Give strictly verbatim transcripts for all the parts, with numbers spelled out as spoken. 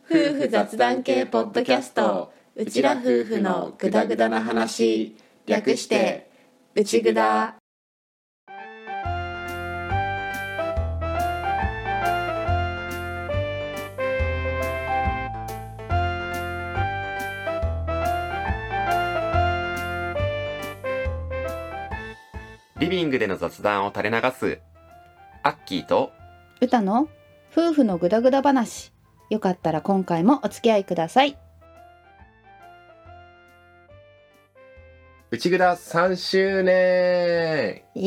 夫婦雑談系ポッドキャスト、うちら夫婦のグダグダな話、略してうちぐだ。 リビングでの雑談を垂れ流すアッキーと歌の夫婦のグダグダ話。よかったら今回もお付き合いください。 うちぐださんしゅうねん、 イ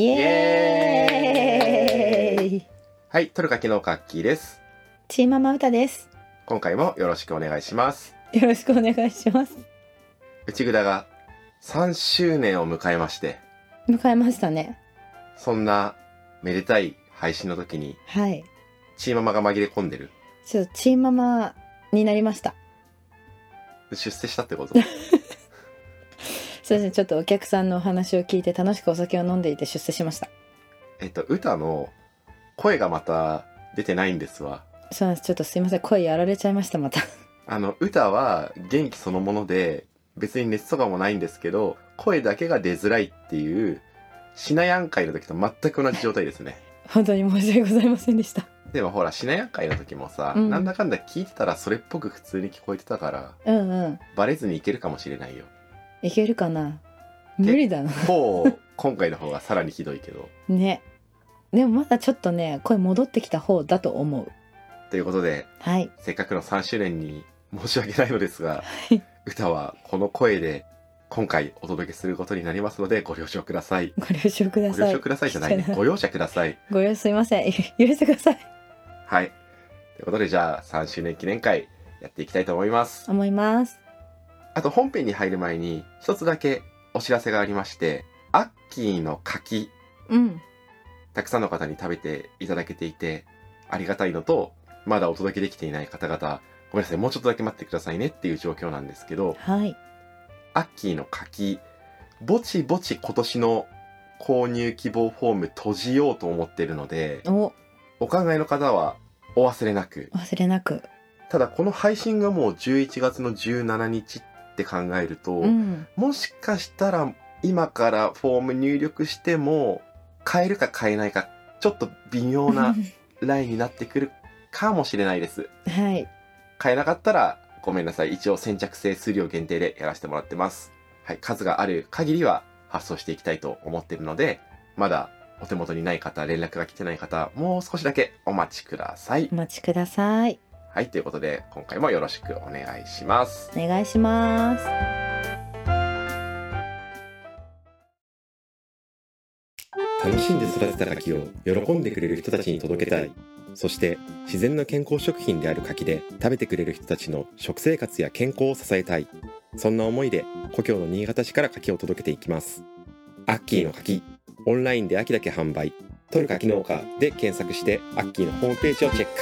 エーイ。 はい、トルカキノカアッキーです。 チーママ歌です。 今回もよろしくお願いします。 よろしくお願いします。 うちぐだがさんしゅうねんを迎えまして、 迎えましたね。 そんなめでたい配信の時に、 はい、 チーママが紛れ込んでる。 ちょっとチーママになりました。 出世したってこと？ そうですね、ちょっとお客さんのお話を聞いて楽しくお酒を飲んでいて出世しました。 えっと歌の声がまた出てないんですわ。 そうなんです。ちょっとすいません、声やられちゃいましたまた。 あの歌は元気そのもので別に熱とかもないんですけど、声だけが出づらいっていうシナヤン会の時と全く同じ状態ですね。 本当に申し訳ございませんでした。 でもほらシナヤン会の時もさ、うん、なんだかんだ聞いてたらそれっぽく普通に聞こえてたから、 うんうん、 バレずにいけるかもしれないよ。 いけるかな。無理だな。 こう今回の方がさらにひどいけどね。でもまだちょっとね、声戻ってきた方だと思う。 ということで、 はい、 せっかくのさんしゅうねんに申し訳ないのですが、 はい、 歌はこの声で今回お届けすることになりますのでご了承ください。 ご了承ください。 ご了承くださいじゃないね。ご容赦ください。 ご容赦すいません。許してください。 はい。ということでじゃあさんしゅうねん記念会やっていきたいと思います。 思います。 あと本編に入る前に一つだけお知らせがありまして、アッキーの柿、 うん、 たくさんの方に食べていただけていてありがたいのと、まだお届けできていない方々ごめんなさい、もうちょっとだけ待ってくださいねっていう状況なんですけど、 はい、 アッキーの柿ぼちぼち今年の購入希望フォーム閉じようと思っているので、 おお考えの方はお忘れなく。 忘れなく。 ただこの配信がもうじゅういちがつのじゅうしちにちって考えると、 うん、 もしかしたら今からフォーム入力しても買えるか買えないかちょっと微妙なラインになってくるかもしれないです。 はい。 買えなかったらごめんなさい。一応先着性数量限定でやらせてもらってます。はい、数がある限りは発送していきたいと思っているので、まだお手元にない方、連絡が来てない方、もう少しだけお待ちください。 お待ちください。 はい、ということで今回もよろしくお願いします。 お願いします。 楽しんで育てた柿を喜んでくれる人たちに届けたい。そして自然の健康食品である柿で食べてくれる人たちの食生活や健康を支えたい。そんな思いで故郷の新潟市から柿を届けていきます。アッキーの柿、オンラインで秋だけ販売、トルカキ農家で検索してアッキーのホームページをチェック。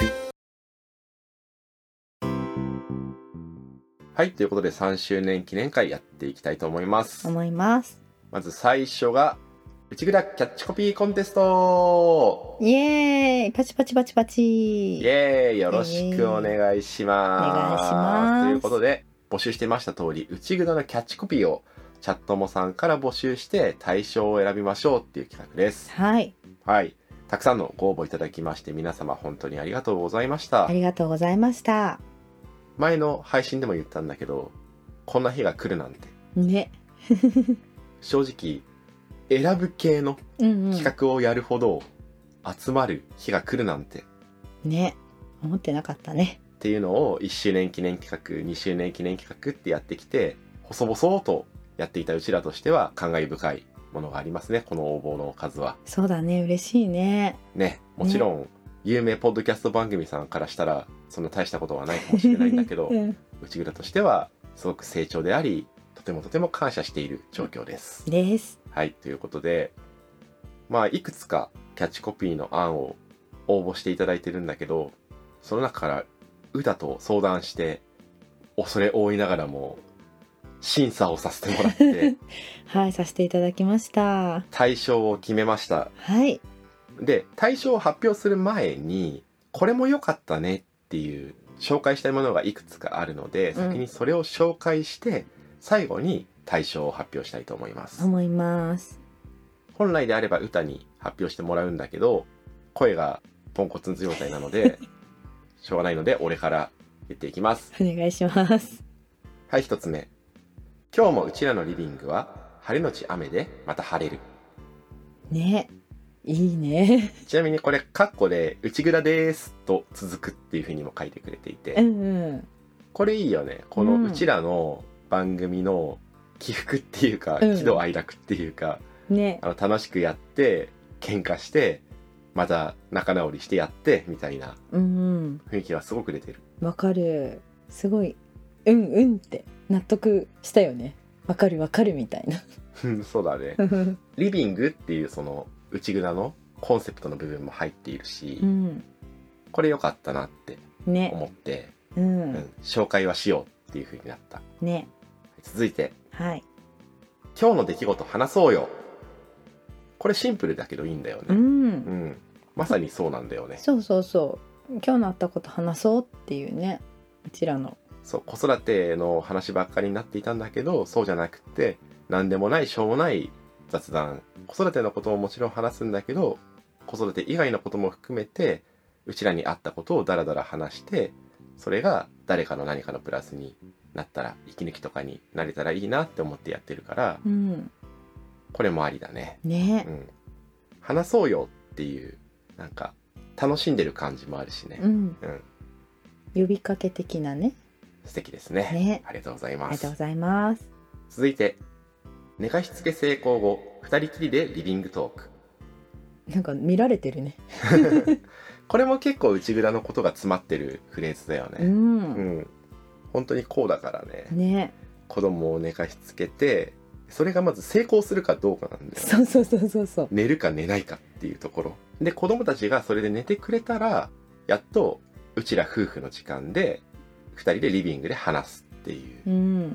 はい、ということでさんしゅうねん記念会やっていきたいと思います。 思います。 まず最初がうちぐだキャッチコピーコンテスト。 イエーイ、パチパチパチパチ。 イエーイ、よろしくお願いします。 お願いします。 ということで募集してました通り、うちぐだのキャッチコピーをチャットモさんから募集して対象を選びましょうっていう企画です。 はい。 はい。たくさんのご応募いただきまして皆様本当にありがとうございました。 ありがとうございました。 前の配信でも言ったんだけど、こんな日が来るなんて。 ね。 正直選ぶ系の企画をやるほど集まる日が来るなんて、 うんうん、ね、思ってなかったねっていうのをいっしゅうねん記念企画、にしゅうねん記念企画ってやってきて、細々とやっていたうちらとしては感慨深いものがありますね。この応募の数は。 そうだね、嬉しいね。 ね、もちろん、ね、有名ポッドキャスト番組さんからしたらそんな大したことはないかもしれないんだけど、うん、うちぐらとしてはすごく成長であり、とてもとても感謝している状況です。 です。 はい、ということで、まあいくつかキャッチコピーの案を応募していただいてるんだけど、その中から歌と相談して恐れ多いながらも審査をさせてもらってはい、させていただきました。 対象を決めました。 はい。 で、対象を発表する前にこれも良かったねっていう紹介したいものがいくつかあるので、先にそれを紹介して最後に対象を発表したいと思います。 思います。 本来であれば歌に発表してもらうんだけど、声がポンコツ状態なのでしょうがないので俺から言っていきます。 お願いします。 はい、一つ目。今日もうちらのリビングは晴れのち雨でまた晴れる。 ね、いいね。 ちなみにこれカッコで内蔵ですと続くっていう風にも書いてくれていて、 うんうん、 これいいよね。このうちらの番組の起伏っていうか、うん、喜怒哀楽っていうか、 ね、 あの楽しくやって喧嘩してまた仲直りしてやってみたいな雰囲気がすごく出てる。 わかる。すごいうんうんって納得したよね。わかるわかるみたいなそうだねリビングっていうその内蔵のコンセプトの部分も入っているし、うん、これ良かったなって思って、ね、うんうん、紹介はしようっていう風になったね。続いて、はい、今日の出来事話そうよ。これシンプルだけどいいんだよね、うんうん、まさにそうなんだよね。 そうそうそう、今日のあったこと話そうっていうね。うちらのそう、子育ての話ばっかりになっていたんだけど、そうじゃなくて何でもないしょうもない雑談、子育てのことももちろん話すんだけど、子育て以外のことも含めてうちらにあったことをダラダラ話して、それが誰かの何かのプラスになったら、息抜きとかになれたらいいなって思ってやってるから、うん、これもありだね。ね、うん、話そうよっていうなんか楽しんでる感じもあるしね、うんうん、 呼びかけ的なね。 素敵です ね, ね。ありがとうございます。 ありがとうございます。 続いて、寝かしつけ成功後二人きりでリビングトーク。 なんか見られてるねこれも結構内蔵のことが詰まってるフレーズだよね、うんうん、本当にこうだから ね, ね子供を寝かしつけて、それがまず成功するかどうかなんだよね。 そうそうそうそうそう、 寝るか寝ないかっていうところで、子供たちがそれで寝てくれたらやっとうちら夫婦の時間でふたりでリビングで話すっていう、うん、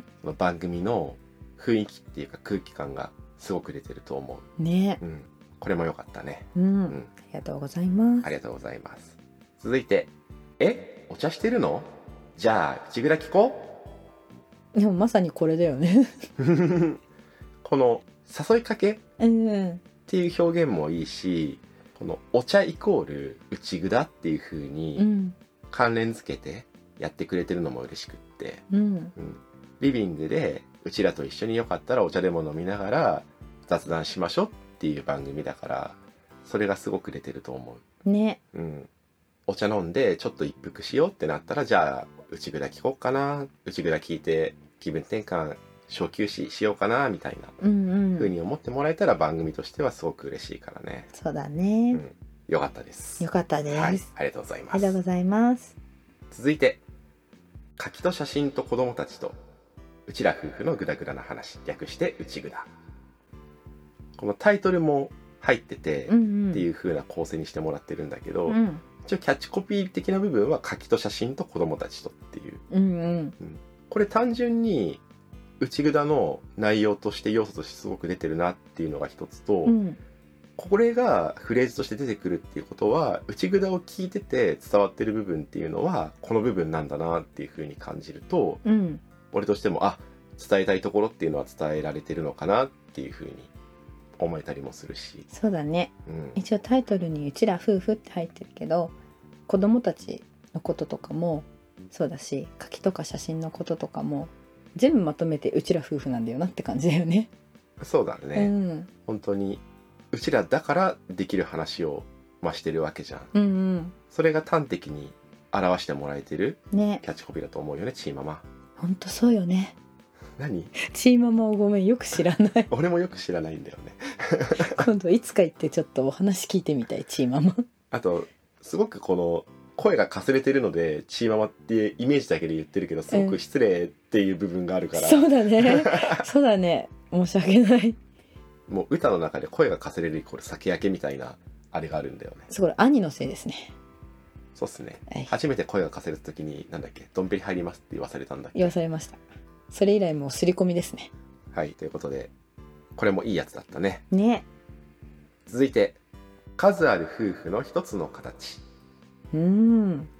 その番組の雰囲気っていうか空気感がすごく出てると思うね、うん、これも良かったね、うんうん、 ありがとうございます。 ありがとうございます。続いて、え、お茶してるの？じゃあ内蔵聞こう。でもまさにこれだよねこの誘いかけっていう表現もいいし、このお茶イコール内蔵っていう風に関連づけてやってくれてるのも嬉しくって、うんうん、リビングでうちらと一緒によかったらお茶でも飲みながら雑談しましょうっていう番組だから、それがすごく出てると思うね、うん、お茶飲んでちょっと一服しようってなったら、じゃあ内蔵聞こうかな、内蔵聞いて気分転換小休止しようかなみたいな風に思ってもらえたら番組としてはすごく嬉しいからね。 そうだね、うん、 よかったです。 よかったです、はい、 ありがとうございます。 ありがとうございます。 続いて、柿と写真と子供たちとうちら夫婦のグダグダな話、略してうちぐだ。このタイトルも入っててっていう風な構成にしてもらってるんだけど、うん、一応キャッチコピー的な部分は柿と写真と子供たちとっていう、うんうんうん、これ単純に内ぐだの内容として要素としてすごく出てるなっていうのが一つと、うん、これがフレーズとして出てくるっていうことは、内ぐだを聞いてて伝わってる部分っていうのはこの部分なんだなっていう風に感じると、うん、俺としてもあ、伝えたいところっていうのは伝えられてるのかなっていう風に思えたりもするし。 そうだね、うん、一応タイトルにうちら夫婦って入ってるけど、子供たちのこととかもそうだし、柿とか写真のこととかも全部まとめてうちら夫婦なんだよなって感じだよね。 そうだね、うん、本当にうちらだからできる話をましてるわけじゃん、うんうん、それが端的に表してもらえてるキャッチコピーだと思うよね、チーママ。 本当そうよね。 何？ チーママをごめん、よく知らない俺もよく知らないんだよね今度いつか行ってちょっとお話聞いてみたい、チーママ。 あとすごくこの声がかすれてるのでチーママっていうイメージだけで言ってるけど、すごく失礼っていう部分があるから、 うん、そうだねそうだね、申し訳ない。 もう歌の中で声がかすれるイコール酒焼けみたいなあれがあるんだよね。 それ兄のせいですね。 そうっすね、はい、初めて声がかすれた時になんだっけ、ドンペリ入りますって言わされたんだっけ。 言わされました。それ以来もう刷り込みですね。 はい、ということでこれもいいやつだったね。 ね。 続いて、数ある夫婦の一つの形。 うーん、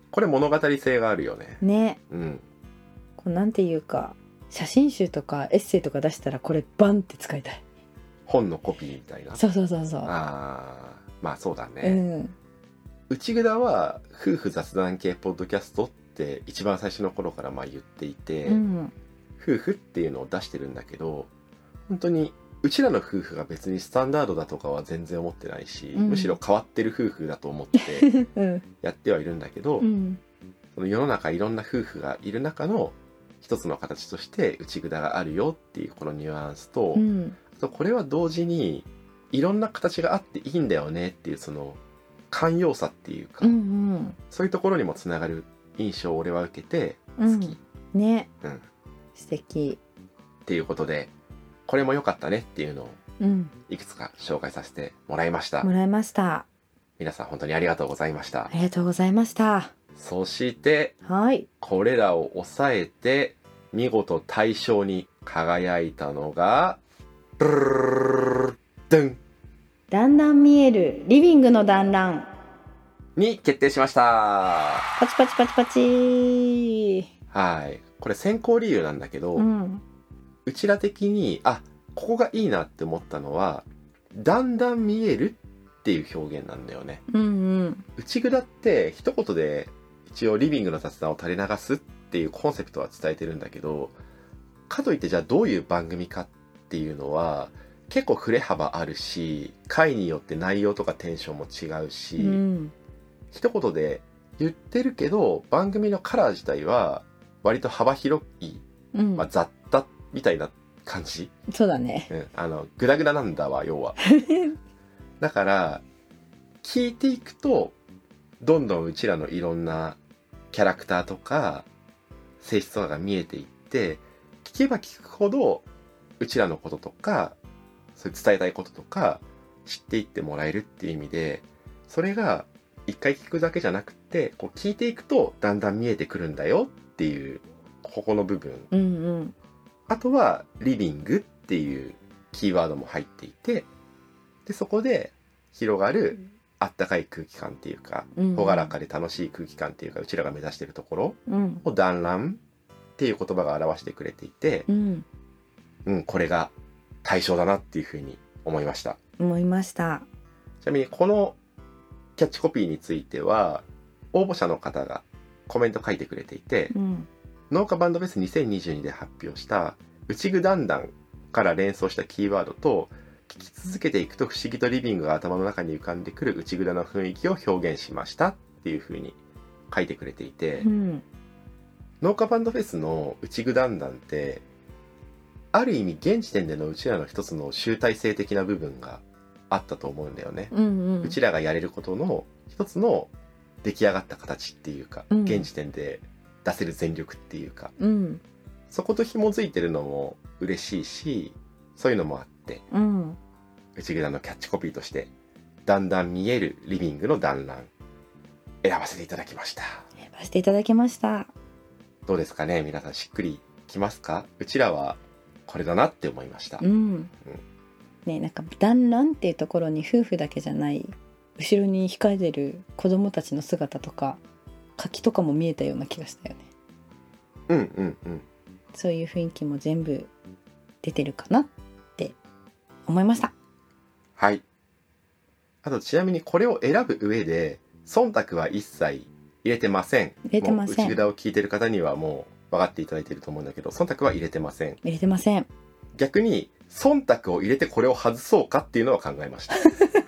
これ物語性があるよね。 ね、 うんこうなんていうか写真集とかエッセイとか出したらこれバンって使いたい。 本のコピーみたいな。 そうそうそうそう。 あーまあそうだね、 うん、 内ぐだは夫婦雑談系ポッドキャストって一番最初の頃からまあ言っていて、 うん、 夫婦っていうのを出してるんだけど、本当にうちらの夫婦が別にスタンダードだとかは全然思ってないし、 うん、 むしろ変わってる夫婦だと思ってやってはいるんだけど、 うん、 その世の中いろんな夫婦がいる中の一つの形として内ぐだがあるよっていうこのニュアンスと、 うん、 あとこれは同時にいろんな形があっていいんだよねっていうその寛容さっていうか、 うんうん、 そういうところにもつながる印象を俺は受けて好き、 うん、ね、 うん、 素敵っていうことでこれも良かったねっていうのをいくつか紹介させてもらいました、 うん、もらいました。 皆さん本当にありがとうございました。 ありがとうございました。 そしてはいこれらを抑えて見事大賞に輝いたのがブルルルルドンだんだん見えるリビングの団らんに決定しました。 パチパチパチパチ。 はい、これ選考理由なんだけど、 うん、 うちら的にあここがいいなって思ったのはだんだん見えるっていう表現なんだよね。 うんうん、 内ぐだって一言で一応リビングの雑談を垂れ流すっていうコンセプトは伝えてるんだけど、かといってじゃあどういう番組かっていうのは結構振れ幅あるし、回によって内容とかテンションも違うし、 うん、 一言で言ってるけど番組のカラー自体は割と幅広い、 うんまあ、雑多みたいな感じ、 そうだね、 うん、あのグダグダなんだわ要はだから聞いていくとどんどんうちらのいろんなキャラクターとか性質とかが見えていって、聞けば聞くほどうちらのこととかそういう伝えたいこととか知っていってもらえるっていう意味で、それが一回聞くだけじゃなくてこう聞いていくとだんだん見えてくるんだよっていうここの部分、 うんうん、 あとはリビングっていうキーワードも入っていて、でそこで広がるあったかい空気感っていうか、 うんうん、 朗らかで楽しい空気感っていうかうちらが目指しているところを団らんっていう言葉が表してくれていて、 うん、 うん、これが対象だなっていうふうに思いました。 思いました。 ちなみにこのキャッチコピーについては応募者の方がコメント書いてくれていて、 うん、 農家バンドフェスにせんにじゅうにで発表した内ぐだんだんから連想したキーワードと、聞き続けていくと不思議とリビングが頭の中に浮かんでくる内ぐだの雰囲気を表現しましたっていう風に書いてくれていて、 うん、 農家バンドフェスの内ぐだんだんってある意味現時点でのうちらの一つの集大成的な部分があったと思うんだよね、 うんうん、 うちらがやれることの一つの出来上がった形っていうか、うん、現時点で出せる全力っていうか、 うん、 そこと紐づいてるのも嬉しいし、そういうのもあって、 うん、 内ぐだのキャッチコピーとしてだんだん見えるリビングの団らん選ばせていただきました。 選ばせていただきました。 どうですかね、皆さんしっくりきますか？うちらはこれだなって思いました。 うん、うん、ね、なんか団らんっていうところに夫婦だけじゃない後ろに控えてる子供たちの姿とか柿とかも見えたような気がしたよね。 うんうんうん。 そういう雰囲気も全部出てるかなって思いました。 はい。あとちなみにこれを選ぶ上で忖度は一切入れてません。 入れてません。 もう内ぐだを聞いてる方にはもう分かっていただいていると思うんだけど、忖度は入れてません。 入れてません。 逆に忖度を入れてこれを外そうかっていうのは考えました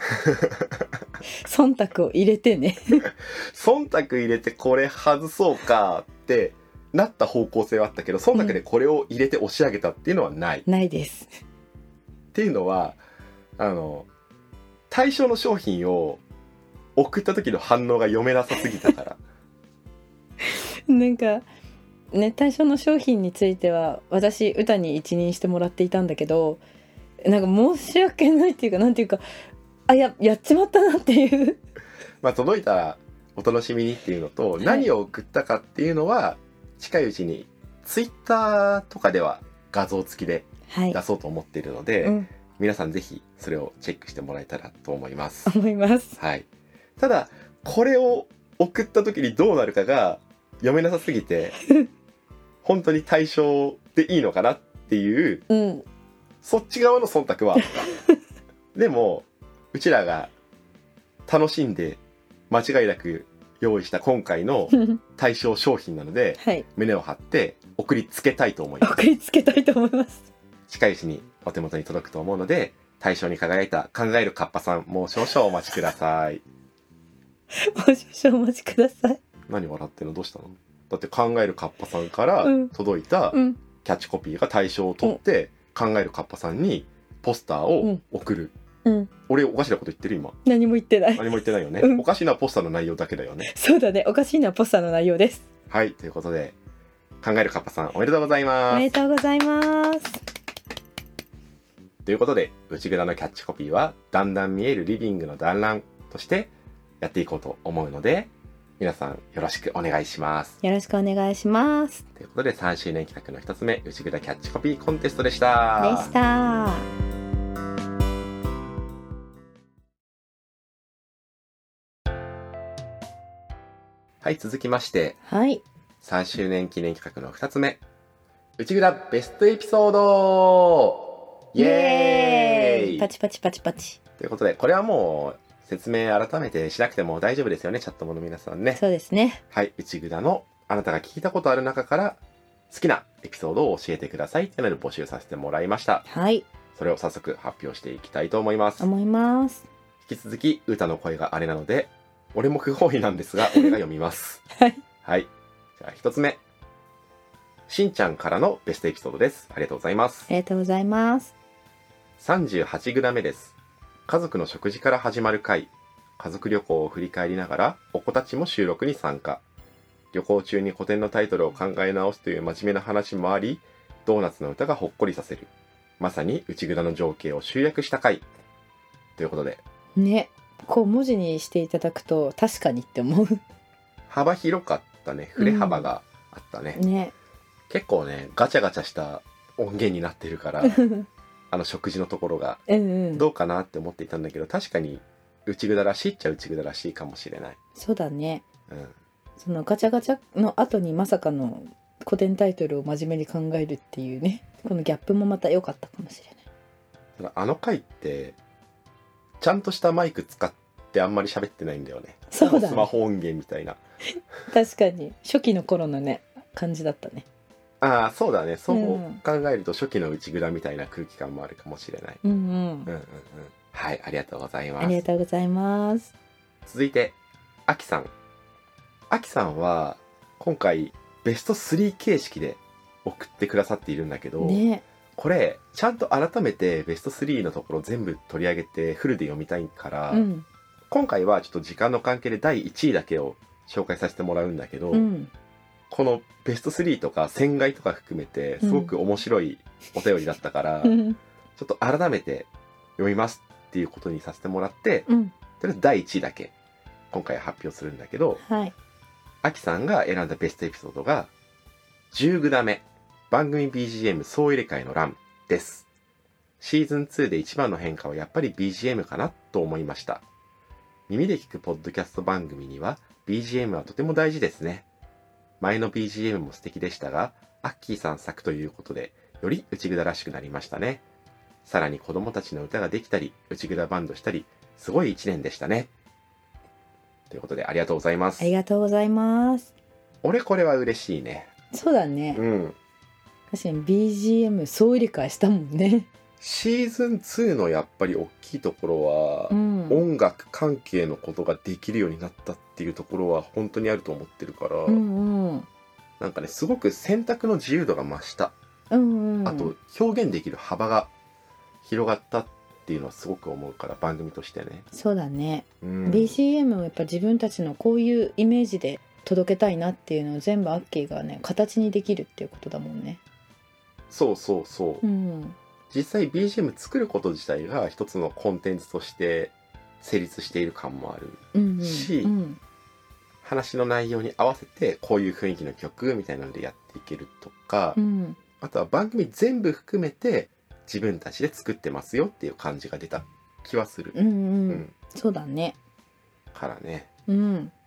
忖度を入れてね忖度入れてこれ外そうかってなった方向性はあったけど、忖度でこれを入れて押し上げたっていうのはない、 うん、ないですっていうのはあの対象の商品を送った時の反応が読めなさすぎたからなんかね、対象の商品については私歌に一任してもらっていたんだけど、なんか申し訳ないっていうかなんていうか、あ や, やっちまったなっていうまあ届いたらお楽しみにっていうのと、はい、何を送ったかっていうのは近いうちにツイッターとかでは画像付きで出そうと思っているので、はいうん、皆さんぜひそれをチェックしてもらえたらと思います思います、 はい、ただこれを送った時にどうなるかが読めなさすぎて本当に対象でいいのかなっていう、 うん、 そっち側の忖度はあったでもうちらが楽しんで間違いなく用意した今回の対象商品なので、 はい、 胸を張って送りつけたいと思います。 送りつけたいと思います。 近いうちにお手元に届くと思うので、対象に輝いた考えるカッパさん、もう少々お待ちください。 もう少々お待ちください。 何笑ってんの？どうしたの？だって考えるカッパさんから届いたキャッチコピーが対象を取って、うん、考えるカッパさんにポスターを送る、うんうん、俺おかしなこと言ってる？今何も言ってない。 何も言ってないよね、うん、おかしなポスターの内容だけだよね。 そうだね、おかしいのはポスターの内容です。 はい、ということで考えるカッパさんおめでとうございます。 おめでとうございます。 ということで内蔵のキャッチコピーはだんだん見えるリビングの団らんとしてやっていこうと思うので、皆さんよろしくお願いします。 よろしくお願いします。 ということでさんしゅうねん企画の一つ目、内蔵キャッチコピーコンテストでしたでした。 はい、続きまして、 はい、 さんしゅうねん記念企画のふたつめ、内蔵ベストエピソードイエーイ。 パチパチパチパチということで、これはもう説明改めてしなくても大丈夫ですよね、チャットもの皆さんね。 そうですね。 はい、内蔵のあなたが聞いたことある中から好きなエピソードを教えてくださいっていうので募集させてもらいました。 はい、 それを早速発表していきたいと思います思います。 引き続き歌の声があれなので俺も不本意なんですが俺が読みますはいはい、じゃあひとつめ、しんちゃんからのベストエピソードです。ありがとうございます。 ありがとうございます。 さんじゅうはちグラ目です。家族の食事から始まる回。家族旅行を振り返りながらお子たちも収録に参加。旅行中に古典のタイトルを考え直すという真面目な話もあり、ドーナツの歌がほっこりさせる。まさに内蔵の情景を集約した回ということでね、こう文字にしていただくと確かにって思う。 幅広かったね。触れ幅があったね、 うん、ね、 結構ねガチャガチャした音源になってるからあの食事のところがどうかなって思っていたんだけど、確かに内蔵らしいっちゃ内蔵らしいかもしれない。 そうだね、 うん、 そのガチャガチャの後にまさかの古典タイトルを真面目に考えるっていうね、このギャップもまた良かったかもしれない。 ただあの回ってちゃんとしたマイク使ってあんまり喋ってないんだよね。 そうだね、 スマホ音源みたいな確かに初期の頃のね感じだったね。 ああそうだね、そう考えると初期の内蔵みたいな空気感もあるかもしれない。 うんうん、うんうんうん、はい、ありがとうございます。 ありがとうございます。 続いてあきさん。あきさんは今回ベストスリー形式で送ってくださっているんだけど、 ね、 これちゃんと改めてベストスリーのところ全部取り上げてフルで読みたいから、うん、今回はちょっと時間の関係でだいいちいだけを紹介させてもらうんだけど、うん、このベストスリーとか船外とか含めてすごく面白いお便りだったから、うん、ちょっと改めて読みますっていうことにさせてもらって、うん、とりあえずだいいちいだけ今回発表するんだけど、 はい、 あきさんが選んだベストエピソードがじゅうグラ目番組 ビージーエム 総入れ替えの欄です。シーズンツーで一番の変化はやっぱり ビージーエム かなと思いました。耳で聞くポッドキャスト番組には ビージーエム はとても大事ですね。前の ビージーエム も素敵でしたが、アッキーさん作ということでより内蔵らしくなりましたね。さらに子供たちの歌ができたり内蔵バンドしたり、すごい一年でしたね。ということでありがとうございます。 ありがとうございます。 俺これは嬉しいね。 そうだね、 うん、 確かに ビージーエム 総入れ替えしたもんね。 シーズンツーのやっぱり大きいところは、うん、音楽関係のことができるようになったっていうところは本当にあると思ってるから、うんうん、なんかねすごく選択の自由度が増した、うんうん、あと表現できる幅が広がったっていうのはすごく思うから、番組としてね。 そうだね、うん、ビージーエム をやっぱ自分たちのこういうイメージで届けたいなっていうのを全部アッキーがね形にできるっていうことだもんね。 そうそうそう、 うん、 実際 ビージーエム 作ること自体が一つのコンテンツとして成立している感もあるし、うんうんうん、話の内容に合わせてこういう雰囲気の曲みたいなのでやっていけるとか、うん、あとは番組全部含めて自分たちで作ってますよっていう感じが出た気はする。 うんうんうん、そうだね。 からね、 うん、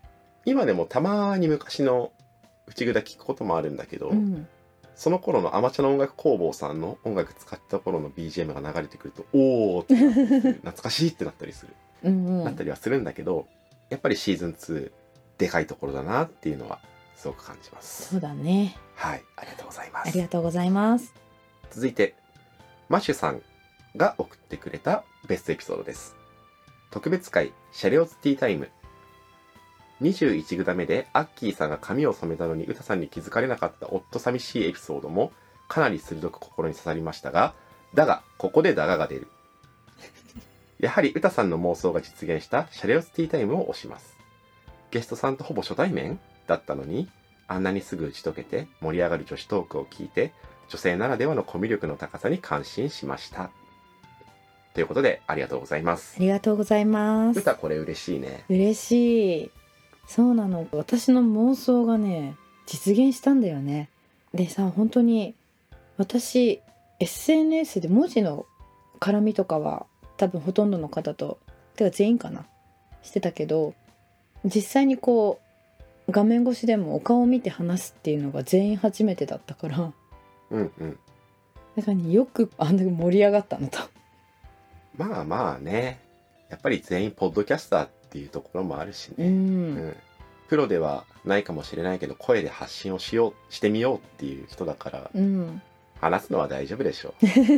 今でもたまに昔の内札聞くこともあるんだけど、 うん、 その頃のアマチュアの音楽工房さんの音楽使った頃の ビージーエム が流れてくるとおーってなったりする懐かしいってなったりする、 うんうん、 なったりはするんだけど、やっぱりシーズンツーでかいところだなっていうのはすごく感じます。 そうだね。 はい、ありがとうございます。 ありがとうございます。 続いてマシュさんが送ってくれたベストエピソードです。特別会シャレオツティータイム。にじゅういち札目でアッキーさんが髪を染めたのに歌さんに気づかれなかった夫寂しいエピソードもかなり鋭く心に刺さりましたが、だがここでダガが出る。やはり歌さんの妄想が実現したシャレオツティータイムを推します。ゲストさんとほぼ初対面だったのに、あんなにすぐ打ち解けて盛り上がる女子トークを聞いて、女性ならではのコミュ力の高さに感心しました。ということでありがとうございます。 ありがとうございます。 歌これ嬉しいね。 嬉しい。そうなの、私の妄想がね実現したんだよね。でさ、本当に私 エスエヌエス で文字の絡みとかは多分ほとんどの方と、てか全員かなしてたけど、実際にこう画面越しでもお顔を見て話すっていうのが全員初めてだったから、 うんうん。 だからね、よくあんなに盛り上がったのと。 まあまあね、やっぱり全員ポッドキャスターっていうところもあるしね、 うん、 うん、プロではないかもしれないけど声で発信をしようしてみようっていう人だから、 うん、 話すのは大丈夫でしょ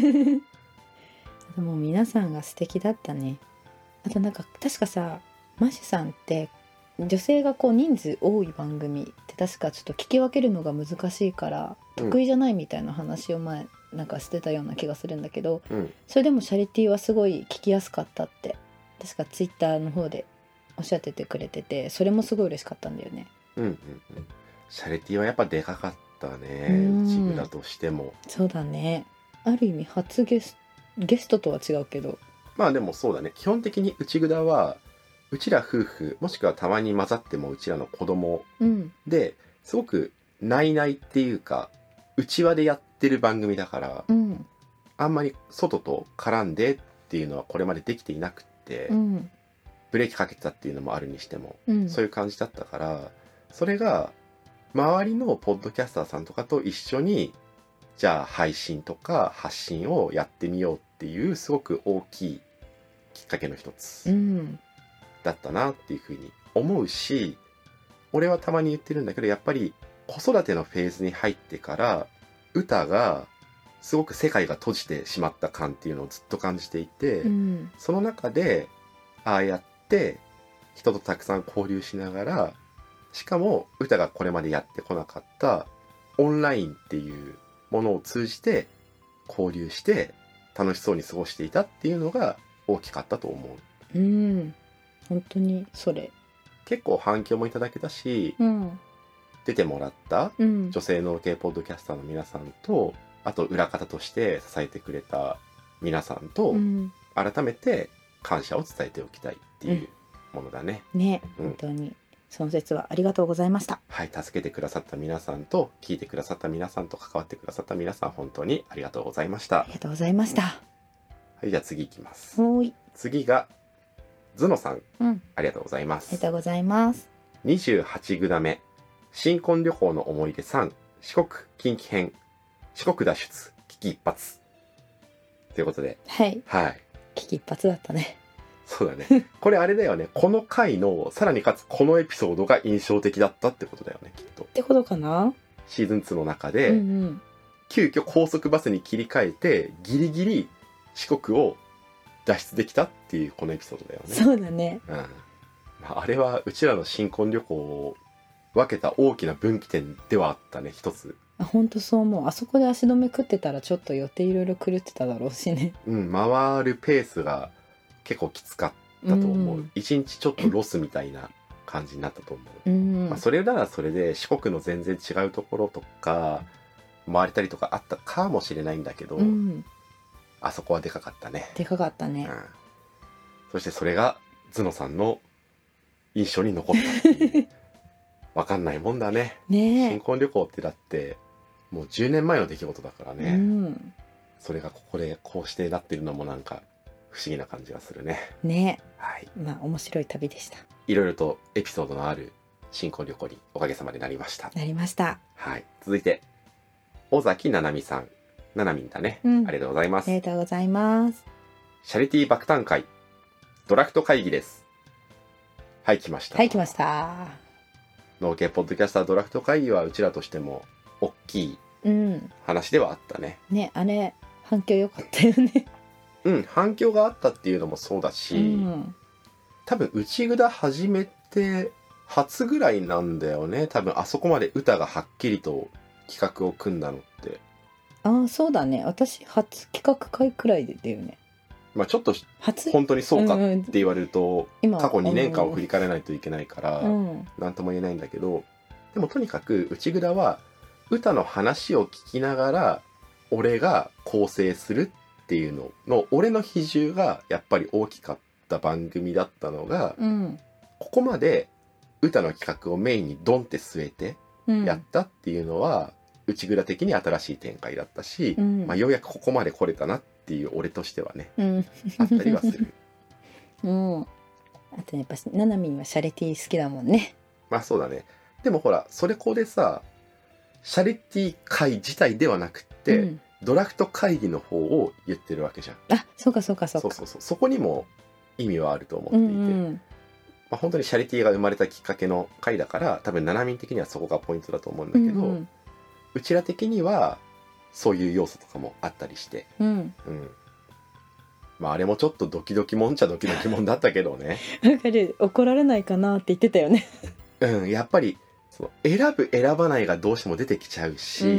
でも皆さんが素敵だったね。あとなんか確かさ、マシュさんって女性がこう人数多い番組って確かちょっと聞き分けるのが難しいから得意じゃないみたいな話を前なんかしてたような気がするんだけど、 うん、 それでもシャレティはすごい聞きやすかったって確かツイッターの方でおっしゃっててくれてて、それもすごい嬉しかったんだよね。 うんうんうん。シャレティはやっぱでかかったね、内札としても。 そうだね、ある意味初ゲスゲストとは違うけど、 まあでもそうだね、基本的に内札はうちら夫婦もしくはたまに混ざってもうちらの子供で、すごく内々っていうか内輪でやってる番組だから、 うん、 あんまり外と絡んでっていうのはこれまでできていなくって、 うん、 ブレーキかけてたっていうのもあるにしても、 うん、 そういう感じだったから、それが周りのポッドキャスターさんとかと一緒にじゃあ配信とか発信をやってみようっていうすごく大きいきっかけの一つだったなっていうふうに思うし、俺はたまに言ってるんだけど、やっぱり子育てのフェーズに入ってから歌がすごく世界が閉じてしまった感っていうのをずっと感じていて、 うん、 その中でああやって人とたくさん交流しながら、しかも歌がこれまでやってこなかったオンラインっていうものを通じて交流して楽しそうに過ごしていたっていうのが大きかったと思う。うん、本当にそれ。 結構反響もいただけたし、 うん、 出てもらった女性の系ポッドキャスターの皆さんと、あと裏方として支えてくれた皆さんと、改めて感謝を伝えておきたいっていうものだね。 うん、ね、 うん、 本当にその説はありがとうございました。 はい、助けてくださった皆さんと聞いてくださった皆さんと関わってくださった皆さん、本当にありがとうございました。 ありがとうございました。 はい、じゃあ次いきます。 おい、 次がズノさん、 うん、 ありがとうございます。 ありがとうございます。 にじゅうはち札目、新婚旅行の思い出さん、四国近畿編、四国脱出危機一髪ということで、 はいはい、 危機一髪だったね。 そうだね。これあれだよね、この回のさらにかつこのエピソードが印象的だったってことだよね、きっと。 ってことかな。 シーズンツーの中で、 うんうん、 急遽高速バスに切り替えてギリギリ四国を脱出できたっていうこのエピソードだよね。 そうだね、 うん、まあ、あれはうちらの新婚旅行を分けた大きな分岐点ではあったね、一つ。 あ、本当そう思う。あそこで足止め食ってたらちょっと予定いろいろ狂ってただろうしね。 うん、回るペースが結構きつかったと思う。一、うん、日ちょっとロスみたいな感じになったと思う。 うんまあ、それならそれで四国の全然違うところとか回れたりとかあったかもしれないんだけど、うん、あそこはでかかったね。 でかかったね。うん、 そしてそれがズノさんの印象に残ったっていう。わかんないもんだね。ね、新婚旅行ってだってもうじゅうねんまえの出来事だからね、うん、それがここでこうしてなってるのもなんか不思議な感じがするね。 ね、 はい、 まあ面白い旅でした。 いろいろとエピソードのある新婚旅行におかげさまでなりました。 なりました。 はい、続いて尾崎ななみさん、ななみんだね、 うん、 ありがとうございます。 ありがとうございます。 シャリティ爆誕会ドラフト会議です。はい来ました。 はい来ました。 農系ポッドキャスタードラフト会議はうちらとしても大きい話ではあったね。 うん、ね、あれ反響良かったよね。 うん、反響があったっていうのもそうだし、うん、多分内蔵始めて初ぐらいなんだよね。多分あそこまで歌がはっきりと企画を組んだのって。 ああそうだね、私初企画会くらいだよね。 まあちょっと本当にそうかって言われると、うん、過去にねんかんを振り返らないといけないから何とも言えないんだけど、でもとにかく内蔵は歌の話を聞きながら俺が構成するっていうのの俺の比重がやっぱり大きかった番組だったのが、うん、ここまで歌の企画をメインにドンって据えてやったっていうのは、うん、内蔵的に新しい展開だったし、うん、まあ、ようやくここまで来れたなっていう俺としてはね、うん、あったりはする。 うん、あとやっぱななみんはシャレティ好きだもんね。 まあそうだね。でもほらそれこでさシャレティ会自体ではなくって、うん、ドラフト会議の方を言ってるわけじゃん。 あ、そうかそうかそうか。 そうそうそう、そこにも意味はあると思っていて、うんうん、まあ、本当にシャレティが生まれたきっかけの回だから多分ななみん的にはそこがポイントだと思うんだけど、うんうん、うちら的にはそういう要素とかもあったりして、うんうん、まああれもちょっとドキドキもんちゃドキドキもんだったけどね。 わかる、怒られないかなって言ってたよね。 うん、やっぱりその選ぶ選ばないがどうしても出てきちゃうし、うん、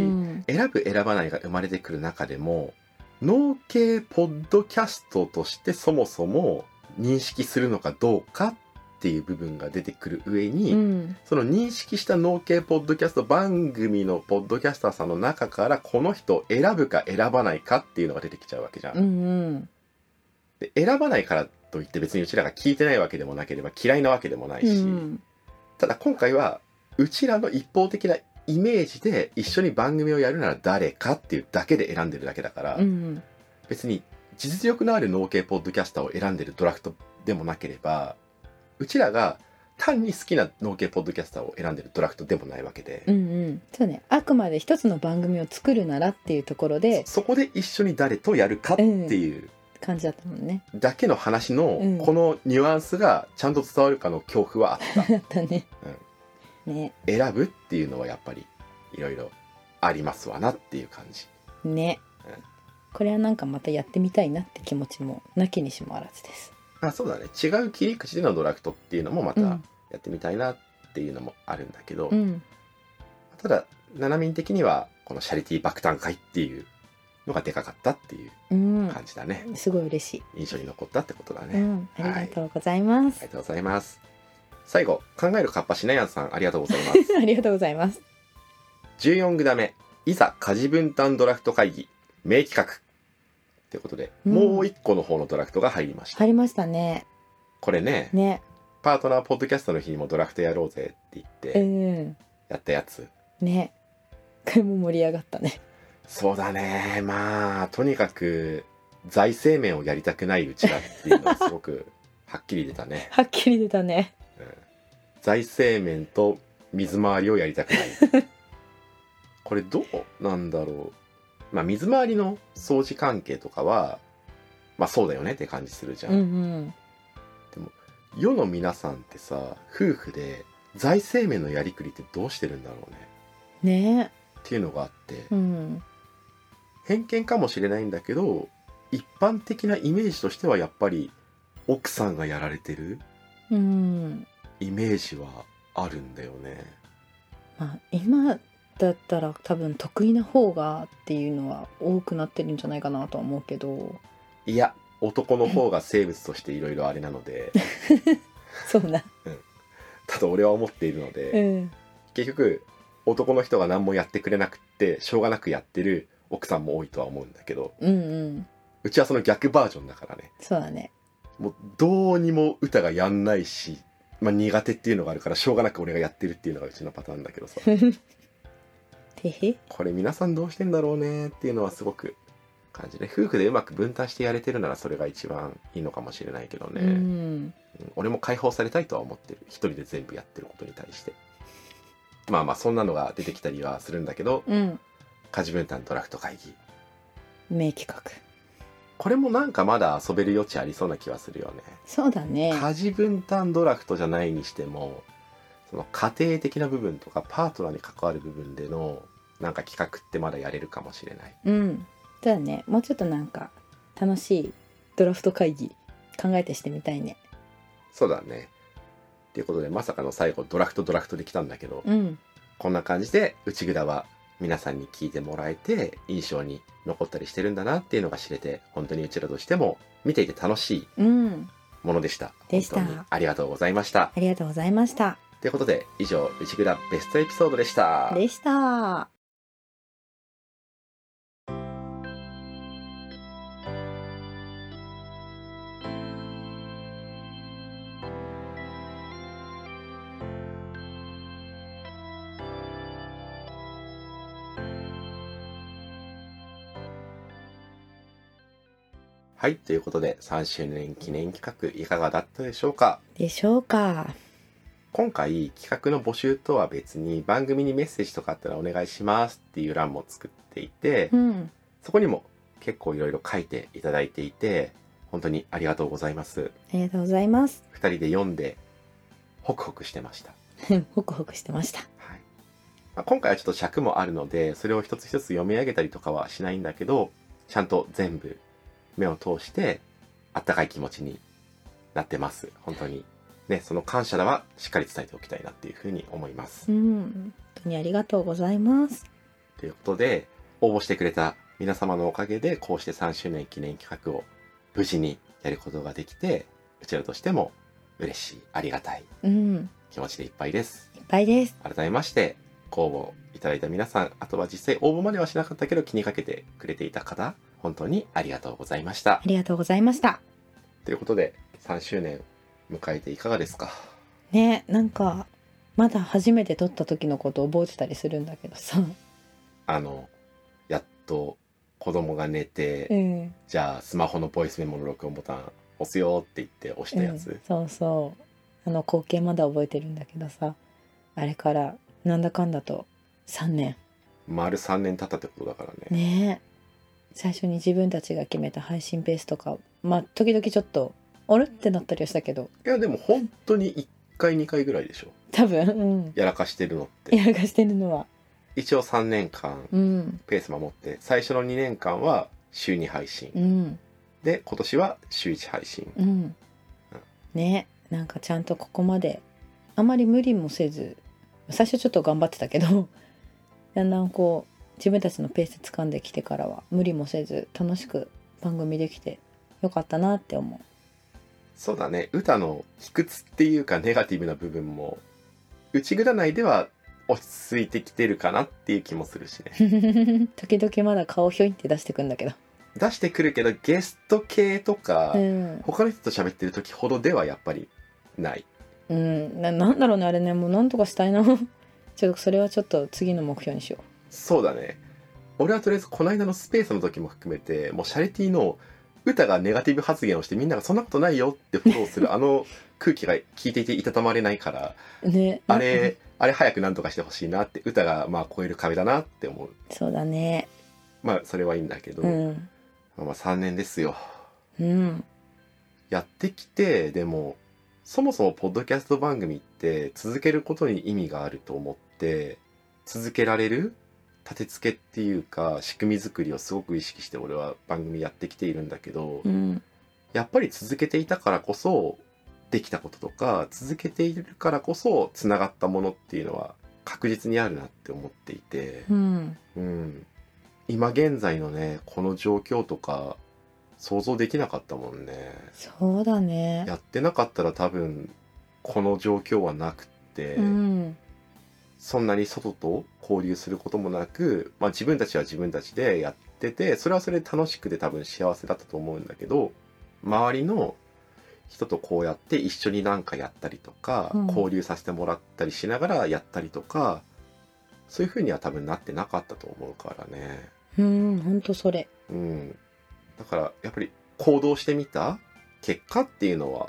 選ぶ選ばないが生まれてくる中でも農系ポッドキャストとしてそもそも認識するのかどうかっていう部分が出てくる上に、うん、その認識した農系ポッドキャスト番組のポッドキャスターさんの中からこの人を選ぶか選ばないかっていうのが出てきちゃうわけじゃん。うんうん、で選ばないからといって別にうちらが聞いてないわけでもなければ嫌いなわけでもないし、うん、ただ今回はうちらの一方的なイメージで一緒に番組をやるなら誰かっていうだけで選んでるだけだから、うん、別に実力のある農系ポッドキャスターを選んでるドラフトでもなければうちらが単に好きな農系ポッドキャスターを選んでるドラフトでもないわけで、うんうん、 そうね、あくまで一つの番組を作るならっていうところでそ, そこで一緒に誰とやるかっていう、うん、 感じだったもんね。 だけの話のこのニュアンスがちゃんと伝わるかの恐怖はあった。 あったね。 うんね、選ぶっていうのはやっぱりいろいろありますわなっていう感じね、うん、これはなんかまたやってみたいなって気持ちもなきにしもあらずです。 あ、そうだね、違う切り口でのドラフトっていうのもまたやってみたいなっていうのもあるんだけど、うん、ただななみん的にはこのシャリティ爆誕会っていうのがでかかったっていう感じだね、 うん、すごい嬉しい、 印象に残ったってことだね、うん、 ありがとうございます、はい、 ありがとうございます。最後、考えるカッパしなやんさん、ありがとうございます。 ありがとうございます。 じゅうよんぐだめ、いざ家事分担ドラフト会議、名企画。ということで、うん、もう一個の方のドラフトが入りました。 入りましたね。 これね、ね、パートナーポッドキャストの日にもドラフトやろうぜって言って、うん、やったやつ。ね。 これも盛り上がったね。 そうだね。まあ、とにかく、財政面をやりたくないうちらっていうのはすごくはっきり出たね。 はっきり出たね。 財政面と水回りをやりたくないこれどうなんだろう。まあ水回りの掃除関係とかはまあそうだよねって感じするじゃん、うんうん、でも世の皆さんってさ夫婦で財政面のやりくりってどうしてるんだろうねねっていうのがあって、うん、偏見かもしれないんだけど一般的なイメージとしてはやっぱり奥さんがやられてる、うんイメージはあるんだよね。 まあ、今だったら多分得意な方がっていうのは多くなってるんじゃないかなとは思うけど、 いや男の方が生物としていろいろあれなのでそうな、 うん、ただ俺は思っているので、うん、結局男の人が何もやってくれなくってしょうがなくやってる奥さんも多いとは思うんだけど、うんうん、うちはその逆バージョンだからね。 そうだね。 もうどうにも歌がやんないしまあ、苦手っていうのがあるからしょうがなく俺がやってるっていうのがうちのパターンだけどさこれ皆さんどうしてんだろうねっていうのはすごく感じね。夫婦でうまく分担してやれてるならそれが一番いいのかもしれないけどね、うん、うん、 うん、俺も解放されたいとは思ってる。一人で全部やってることに対してまあまあそんなのが出てきたりはするんだけど、 うん、 家事分担ドラフト会議、 名企画。 これもなんかまだ遊べる余地ありそうな気はするよね。 そうだね。 家事分担ドラフトじゃないにしても、その家庭的な部分とかパートナーに関わる部分でのなんか企画ってまだやれるかもしれない。 うん、そうだね。もうちょっとなんか楽しいドラフト会議考えてしてみたいね。 そうだね。ということでまさかの最後ドラフトドラフトできたんだけど、 うん、 こんな感じで内蔵は皆さんに聞いてもらえて印象に残ったりしてるんだなっていうのが知れて、本当にうちらとしても見ていて楽しいうん、 ものでした。 でした。 本当にありがとうございました。 ありがとうございました。 ということで以上内蔵ベストエピソードでした。 でした。 はい、ということでさんしゅうねん記念企画いかがだったでしょうか。 でしょうか。 今回企画の募集とは別に番組にメッセージとかあったらお願いしますっていう欄も作っていて、 うん、 そこにも結構いろいろ書いていただいていて本当にありがとうございます。 ありがとうございます。 ふたりで読んでホクホクしてました。 ホクホクしてました。 はい、まあ、今回はちょっと尺もあるのでそれを一つ一つ読み上げたりとかはしないんだけど、ちゃんと全部目を通してあったかい気持ちになってます。本当にね、その感謝だはしっかり伝えておきたいなっていうふうに思います。 うん、本当にありがとうございます。 ということで応募してくれた皆様のおかげでこうしてさんしゅうねん記念企画を無事にやることができて、うちらとしても嬉しい、ありがたいうん気持ちでいっぱいです。 いっぱいです。 改めましてご応募いただいた皆さん、あとは実際応募まではしなかったけど気にかけてくれていた方、本当にありがとうございました。 ありがとうございました。 ということでさんしゅうねん迎えていかがですか。 ね、なんかまだ初めて撮った時のこと覚えてたりするんだけどさ、 あのやっと子供が寝て、 うん、 じゃあスマホのボイスメモの録音ボタン押すよって言って押したやつ、 うん、そうそう、あの光景まだ覚えてるんだけどさ、あれからなんだかんだとさんねん丸さんねん経ったってことだからね。 ねえ、最初に自分たちが決めた配信ペースとか、まあ時々ちょっとあれってなったりはしたけど、 いやでも本当にいっかいにかいぐらいでしょ多分、うん、 やらかしてるのって。 やらかしてるのは一応さんねんかんうんペース守って、最初のにねんかんは週に配信、 うんで今年は週いち配信、 うんね、なんかちゃんとここまであまり無理もせず、最初ちょっと頑張ってたけどだんだんこう自分たちのペース掴んできてからは無理もせず楽しく番組できてよかったなって思う。 そうだね、歌の卑屈っていうかネガティブな部分も内蔵内では落ち着いてきてるかなっていう気もするしね時々まだ顔ひょいって出してくんだけど、 出してくるけどゲスト系とか、 うん、 他の人と喋ってる時ほどではやっぱりない。 うん、な, なんだろうねあれね、もうなんとかしたいなちょっとそれはちょっと次の目標にしよう。 そうだね、俺はとりあえずこの間のスペースの時も含めてもうシャレティの歌がネガティブ発言をしてみんながそんなことないよってフォローするあの空気が聞いていていたたまれないから、 ね、 あれあれ早くなんとかしてほしいなって、歌がまあ超える壁だなって思う。 そうだね、 まあそれはいいんだけど、 うんまあさんねんですよ、 うん、 やってきて。でもそもそもポッドキャスト番組って続けることに意味があると思って、続けられる立て付けっていうか仕組み作りをすごく意識して俺は番組やってきているんだけど、 うん、 やっぱり続けていたからこそできたこととか、続けているからこそつながったものっていうのは確実にあるなって思っていて、 うんうん、今現在のねこの状況とか想像できなかったもんね。 そうだね、 やってなかったら多分この状況はなくって、 うん、 そんなに外と交流することもなく、まあ、自分たちは自分たちでやってて、それはそれで楽しくて多分幸せだったと思うんだけど、周りの人とこうやって一緒に何かやったりとか、 うん、 交流させてもらったりしながらやったりとか、そういう風には多分なってなかったと思うからね。 うん、ほんとそれ。 うん。だからやっぱり行動してみた結果っていうのは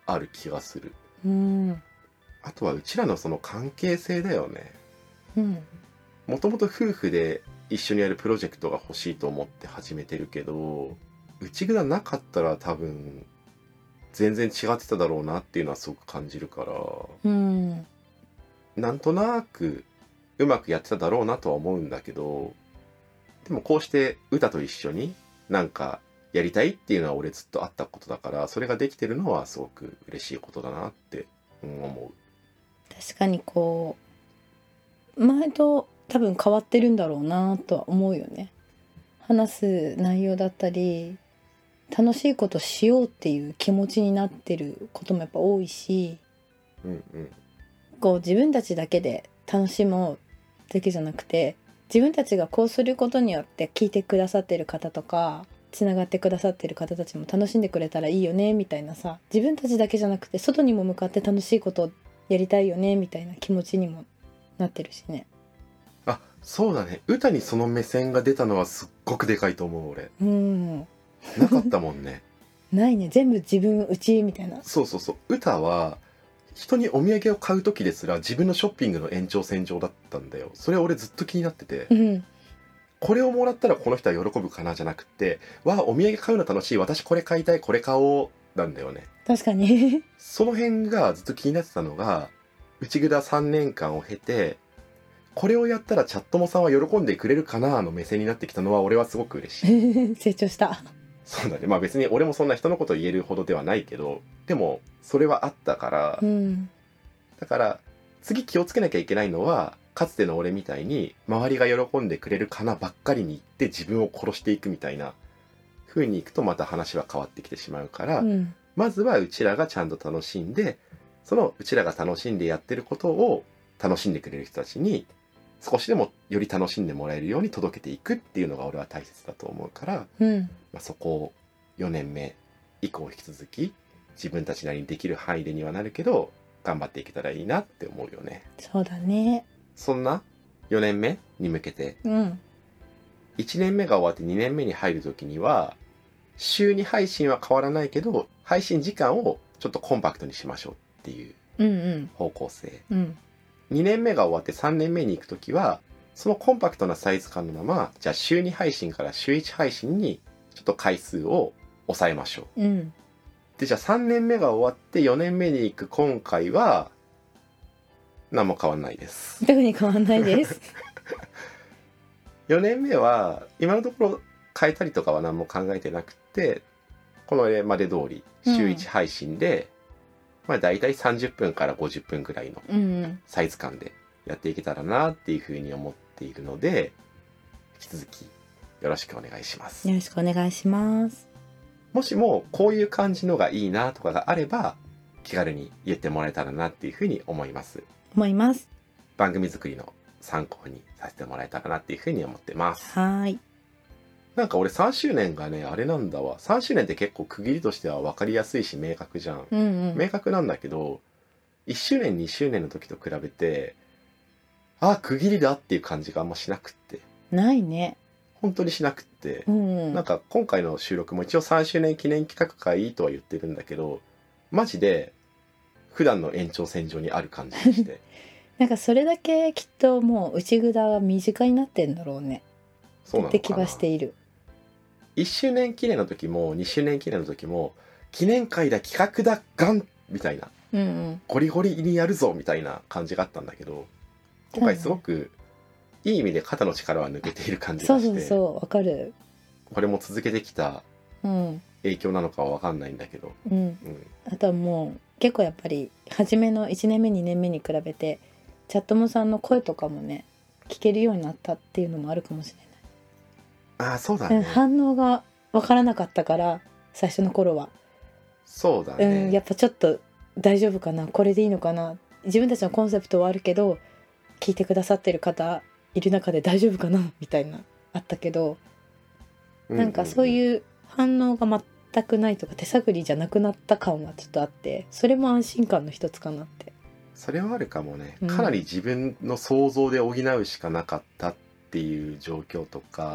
ある気がする。 うんあとはうちらのその関係性だよね。 うんもともと夫婦で一緒にやるプロジェクトが欲しいと思って始めてるけど、内蔵なかったら多分全然違ってただろうなっていうのはすごく感じるから、 うんなんとなくうまくやってただろうなとは思うんだけど、でもこうして歌と一緒になんかやりたいっていうのは俺ずっとあったことだから、それができてるのはすごく嬉しいことだなって思う。 確かにこう前と多分変わってるんだろうなとは思うよね。話す内容だったり楽しいことしようっていう気持ちになってることもやっぱ多いし、 うんうんこう自分たちだけで楽しもうだけじゃなくて、自分たちがこうすることによって聞いてくださってる方とかつながってくださってる方たちも楽しんでくれたらいいよねみたいなさ、自分たちだけじゃなくて外にも向かって楽しいことをやりたいよねみたいな気持ちにもなってるしね。 あ、そうだね。歌にその目線が出たのはすっごくでかいと思う俺。 うんなかったもんね。 ないね、全部自分うちみたいな。 そうそうそう。歌は人にお土産を買う時ですら自分のショッピングの延長線上だったんだよ。それ俺ずっと気になってて、 うんこれをもらったらこの人は喜ぶかなじゃなくて、わあお土産買うの楽しい、私これ買いたい、これ買おうなんだよね。 確かにその辺がずっと気になってたのが、内蔵さんねんかんを経てこれをやったらチャットモさんは喜んでくれるかなの目線になってきたのは俺はすごく嬉しい。 成長した。 そうだね。まあ別に俺もそんな人のことを言えるほどではないけど、でもそれはあったから、 うんだから次気をつけなきゃいけないのは、かつての俺みたいに周りが喜んでくれるかなばっかりに言って自分を殺していくみたいな風にいくとまた話は変わってきてしまうから、 うんまずはうちらがちゃんと楽しんで、そのうちらが楽しんでやってることを楽しんでくれる人たちに少しでもより楽しんでもらえるように届けていくっていうのが俺は大切だと思うから、 うんまあ、そこをよねんめ以降引き続き自分たちなりにできる範囲でにはなるけど頑張っていけたらいいなって思うよね。 そうだね。 そんなよねんめに向けてうんいちねんめが終わってにねんめに入る時には週に配信は変わらないけど配信時間をちょっとコンパクトにしましょうっていううんうん方向性。 うんにねんめが終わってさんねんめに行く時はそのコンパクトなサイズ感のまま、じゃあ週に配信から週いち配信にちょっと回数を抑えましょう。 うんでじゃあさんねんめが終わってよねんめに行く今回は何も変わんないです。 特に変わんないです。 よねんめは今のところ変えたりとかは何も考えてなくて、このまで通り週いち配信で、うん、まあ大体さんじゅっぷんからごじゅっぷんぐらいのサイズ感でやっていけたらなっていうふうに思っているので、引き続きよろしくお願いします。 よろしくお願いします。 もしもこういう感じのがいいなとかがあれば気軽に言ってもらえたらなっていうふうに思います思います。 番組作りの参考にさせてもらえたらなっていうふうに思ってます。 はい。 なんか俺さんしゅうねんがねあれなんだわ。さんしゅうねんって結構区切りとしては分かりやすいし明確じゃん、 うんうん、 明確なんだけどいっしゅうねんにしゅうねんの時と比べてあ区切りだっていう感じがあんましなくって。 ないね。 本当にしなくって、 うんうん、 なんか今回の収録も一応さんしゅうねん記念企画会とは言ってるんだけどマジで普段の延長線上にある感じがしてなんかそれだけきっともう内蔵が身近になってんだろうね。 そうなのかな。 って気はしている。 いっしゅうねん記念の時もにしゅうねん記念の時も記念会だ企画だガンみたいな、 うんうん、 ゴリゴリにやるぞみたいな感じがあったんだけど、今回すごくいい意味で肩の力は抜けている感じがして、 そうそうそうわかる。 これも続けてきた影響なのかは分かんないんだけど、 うんうん、あとはもう結構やっぱり初めのいちねんめにねんめに比べてチャットモさんの声とかもね聞けるようになったっていうのもあるかもしれない。 ああそうだね。 反応が分からなかったから最初の頃はそうだね、 うん、やっぱちょっと大丈夫かなこれでいいのかな、自分たちのコンセプトはあるけど聞いてくださってる方いる中で大丈夫かなみたいなあったけど、なんかそういう反応が全くないとか手探りじゃなくなった感はちょっとあって、それも安心感の一つかなって。 それはあるかもね、 うん、 かなり自分の想像で補うしかなかったっていう状況とか、 うん、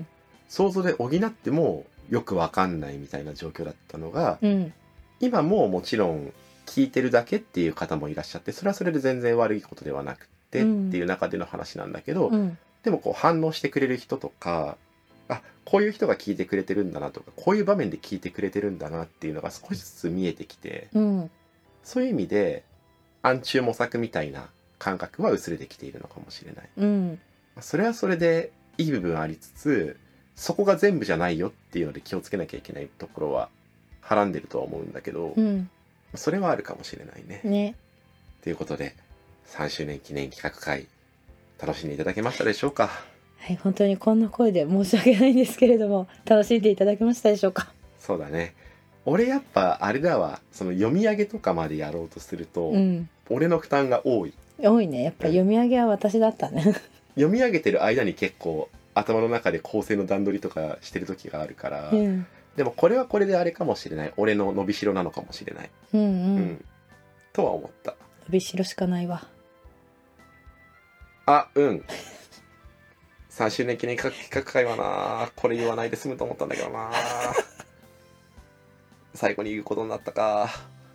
想像で補ってもよくわかんないみたいな状況だったのが、 うん、 今ももちろん聞いてるだけっていう方もいらっしゃって、それはそれで全然悪いことではなくてっていう中での話なんだけど、 うん、 でもこう反応してくれる人とか、あ、こういう人が聞いてくれてるんだなとか、こういう場面で聞いてくれてるんだなっていうのが少しずつ見えてきて、 うん、 そういう意味で暗中模索みたいな感覚は薄れてきているのかもしれない。 うん、 それはそれでいい部分ありつつ、そこが全部じゃないよっていうので気をつけなきゃいけないところははらんでるとは思うんだけど、 うん、 それはあるかもしれないね。 ね。 ということでさんしゅうねん記念企画会楽しんでいただけましたでしょうか。 はい、本当にこんな声で申し訳ないんですけれども、楽しんでいただけましたでしょうか。 そうだね。俺やっぱあれだわ、その読み上げとかまでやろうとすると、 うん、 俺の負担が多い。 多いね。やっぱ読み上げは私だったね。 読み上げてる間に結構頭の中で構成の段取りとかしてる時があるから、 うん、 でもこれはこれであれかもしれない、俺の伸びしろなのかもしれない、 うん、うん、 うん、とは思った。 伸びしろしかないわ。 あ、うんさんしゅうねん記念企画会はな、これ言わないで済むと思ったんだけどな最後に言うことになったか。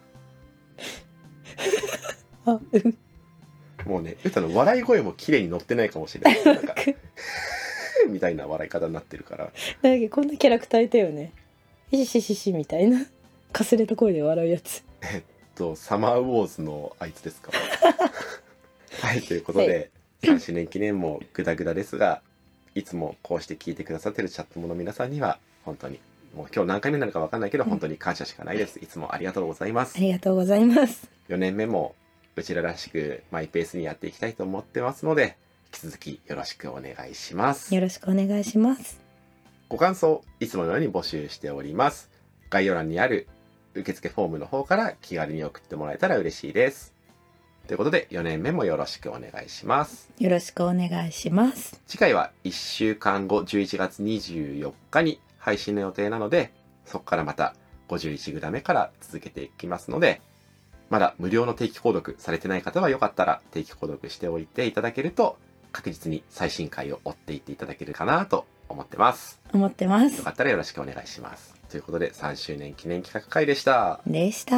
あ、うん、 もうね、歌の笑い声も綺麗に乗ってないかもしれない。なんかみたいな笑い方になってるから。 だけどこんなキャラクターいたよね。シシシシみたいなかすれた声で笑うやつ。 えっとサマーウォーズのあいつですか。はい、ということでさんしゅうねん記念もグダグダですが、いつもこうして聞いてくださってるチャットモの皆さんには本当にもう今日何回目になるか分かんないけど、本当に感謝しかないです。いつもありがとうございます。 ありがとうございます。 よねんめもうちららしくマイペースにやっていきたいと思ってますので、引き続きよろしくお願いします。 よろしくお願いします。 ご感想いつものように募集しております。概要欄にある受付フォームの方から気軽に送ってもらえたら嬉しいです。ということでよねんめもよろしくお願いします。 よろしくお願いします。 次回はいっしゅうかんごじゅういちがつにじゅうよっかに配信の予定なので、そこからまたごじゅういちグダ目から続けていきますので、まだ無料の定期購読されてない方はよかったら定期購読しておいていただけると、確実に最新回を追っていっていただけるかなと思ってます。 思ってます。 よかったらよろしくお願いします。ということでさんしゅうねん記念企画会でした。 でした。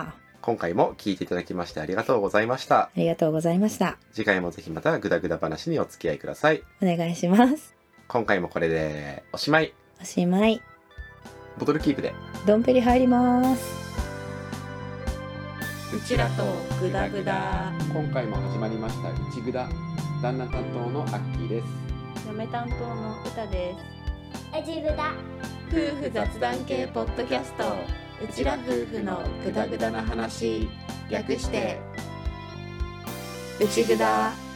今回も聞いていただきましてありがとうございました。 ありがとうございました。 次回もぜひまたグダグダ話にお付き合いください。 お願いします。 今回もこれでおしまい。 おしまい。 ボトルキープでドンペリ入ります。 うちらとグダグダ。 今回も始まりましたうちグダ。旦那担当のアッキーです。 嫁担当の歌です。 うちぐだ。 夫婦雑談系ポッドキャスト、うちら夫婦のグダグダな話、略してうちぐだ。